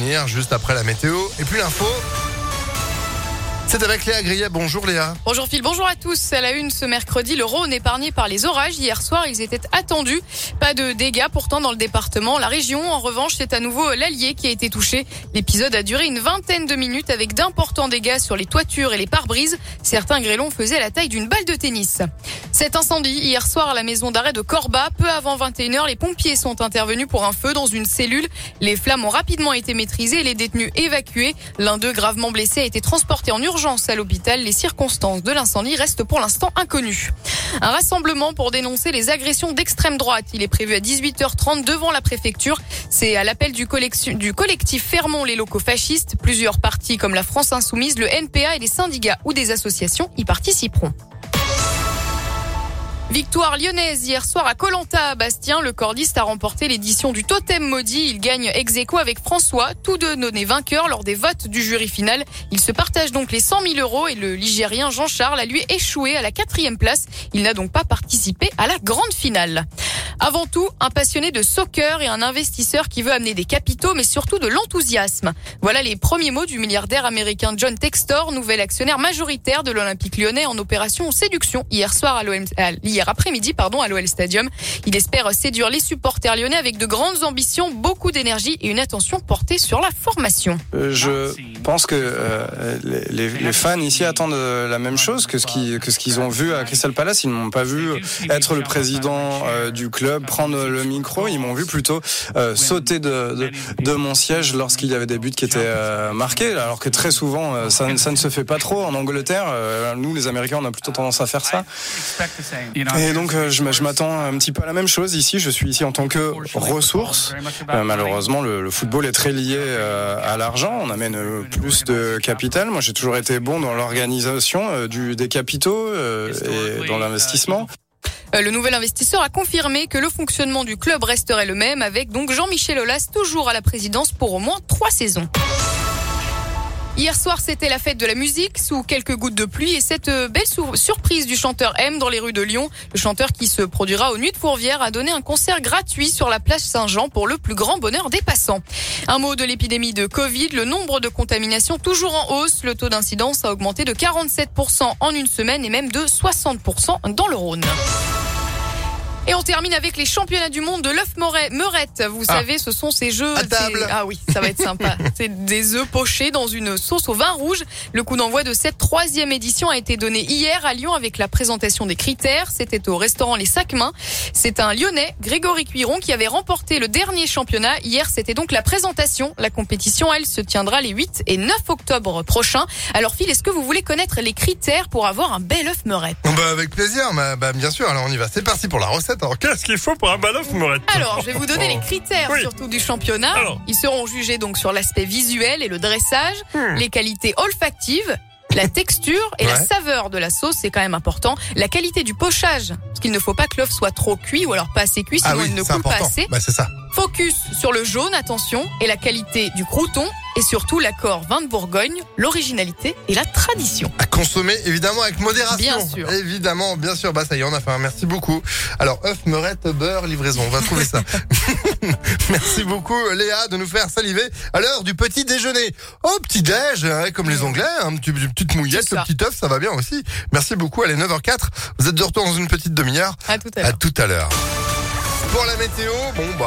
revenir juste après la météo. Et puis l'info, c'est avec Léa Grillet. Bonjour Léa. Bonjour Phil, bonjour à tous. À la une ce mercredi, le Rhône épargné par les orages. Hier soir, ils étaient attendus. Pas de dégâts pourtant dans le département. La région, en revanche, c'est à nouveau l'Allier qui a été touché. L'épisode a duré une vingtaine de minutes avec d'importants dégâts sur les toitures et les pare-brises. Certains grêlons faisaient la taille d'une balle de tennis. Cet incendie, hier soir à la maison d'arrêt de Corba, peu avant 21h, les pompiers sont intervenus pour un feu dans une cellule. Les flammes ont rapidement été maîtrisées et les détenus évacués. L'un d'eux, gravement blessé, a été transporté en urgence à l'hôpital. Les circonstances de l'incendie restent pour l'instant inconnues. Un rassemblement pour dénoncer les agressions d'extrême droite. Il est prévu à 18h30 devant la préfecture. C'est à l'appel du collectif Fermons les locaux fascistes. Plusieurs partis comme la France Insoumise, le NPA et les syndicats ou des associations y participeront. Victoire lyonnaise hier soir à Koh-Lanta à Bastien. Le cordiste a remporté l'édition du Totem Maudit. Il gagne ex-aequo avec François, tous deux nommés vainqueurs lors des votes du jury final. Il se partage donc les 100 000 € et le Ligérien Jean-Charles a lui échoué à la 4e place. Il n'a donc pas participé à la grande finale. Avant tout, un passionné de soccer et un investisseur qui veut amener des capitaux, mais surtout de l'enthousiasme. Voilà les premiers mots du milliardaire américain John Textor, nouvel actionnaire majoritaire de l'Olympique Lyonnais en opération séduction hier après-midi à l'OL Stadium. Il espère séduire les supporters lyonnais avec de grandes ambitions, beaucoup d'énergie et une attention portée sur la formation. Je pense que les fans ici attendent la même chose que ce qu'ils ont vu à Crystal Palace. Ils ne m'ont pas vu être le président du club, prendre le micro. Ils m'ont vu plutôt sauter de mon siège lorsqu'il y avait des buts qui étaient marqués, alors que très souvent ça ne se fait pas trop en Angleterre. Nous les Américains on a plutôt tendance à faire ça. Et donc je m'attends un petit peu à la même chose ici. Je suis ici en tant que ressource. Malheureusement le football est très lié à l'argent. On amène plus de capital. Moi j'ai toujours été bon dans l'organisation des capitaux et dans l'investissement. Le nouvel investisseur a confirmé que le fonctionnement du club resterait le même avec donc Jean-Michel Aulas toujours à la présidence pour au moins 3 saisons. Hier soir, c'était la fête de la musique sous quelques gouttes de pluie et cette belle surprise du chanteur M dans les rues de Lyon. Le chanteur qui se produira aux Nuits de Fourvière a donné un concert gratuit sur la plage Saint-Jean pour le plus grand bonheur des passants. Un mot de l'épidémie de Covid, le nombre de contaminations toujours en hausse. Le taux d'incidence a augmenté de 47% en une semaine et même de 60% dans le Rhône. Et on termine avec les championnats du monde de l'œuf meurette. Vous savez, ce sont ces jeux... À table. Ah oui, ça va être sympa. C'est des œufs pochés dans une sauce au vin rouge. Le coup d'envoi de cette 3e édition a été donné hier à Lyon avec la présentation des critères. C'était au restaurant Les Sacs-Mains. C'est un Lyonnais, Grégory Cuiron, qui avait remporté le dernier championnat. Hier, c'était donc la présentation. La compétition, elle, se tiendra les 8 et 9 octobre prochains. Alors Phil, est-ce que vous voulez connaître les critères pour avoir un bel œuf meurette? Avec plaisir, bien sûr. Alors on y va. C'est parti pour la recette. Alors qu'est-ce qu'il faut pour un bel œuf meurette? Alors, je vais vous donner les critères surtout du championnat. Ils seront jugés donc sur l'aspect visuel et le dressage, les qualités olfactives, la texture et la saveur de la sauce, c'est quand même important. La qualité du pochage, parce qu'il ne faut pas que l'œuf soit trop cuit ou alors pas assez cuit, sinon il ne coule pas assez. C'est ça. Focus sur le jaune, attention, et la qualité du crouton, et surtout l'accord vin de Bourgogne, l'originalité et la tradition. À consommer évidemment avec modération. Bien sûr. Évidemment, bien sûr. Ça y est, on a faim. Merci beaucoup. Alors, œuf, meurette, beurre, livraison. On va trouver ça. Merci beaucoup Léa de nous faire saliver à l'heure du petit déjeuner. Oh, petit déj, comme les Anglais, une petite mouillette, le petit œuf, ça va bien aussi. Merci beaucoup. Allez, 9h04. Vous êtes de retour dans une petite demi-heure. À tout à l'heure. À tout à l'heure. Pour la météo,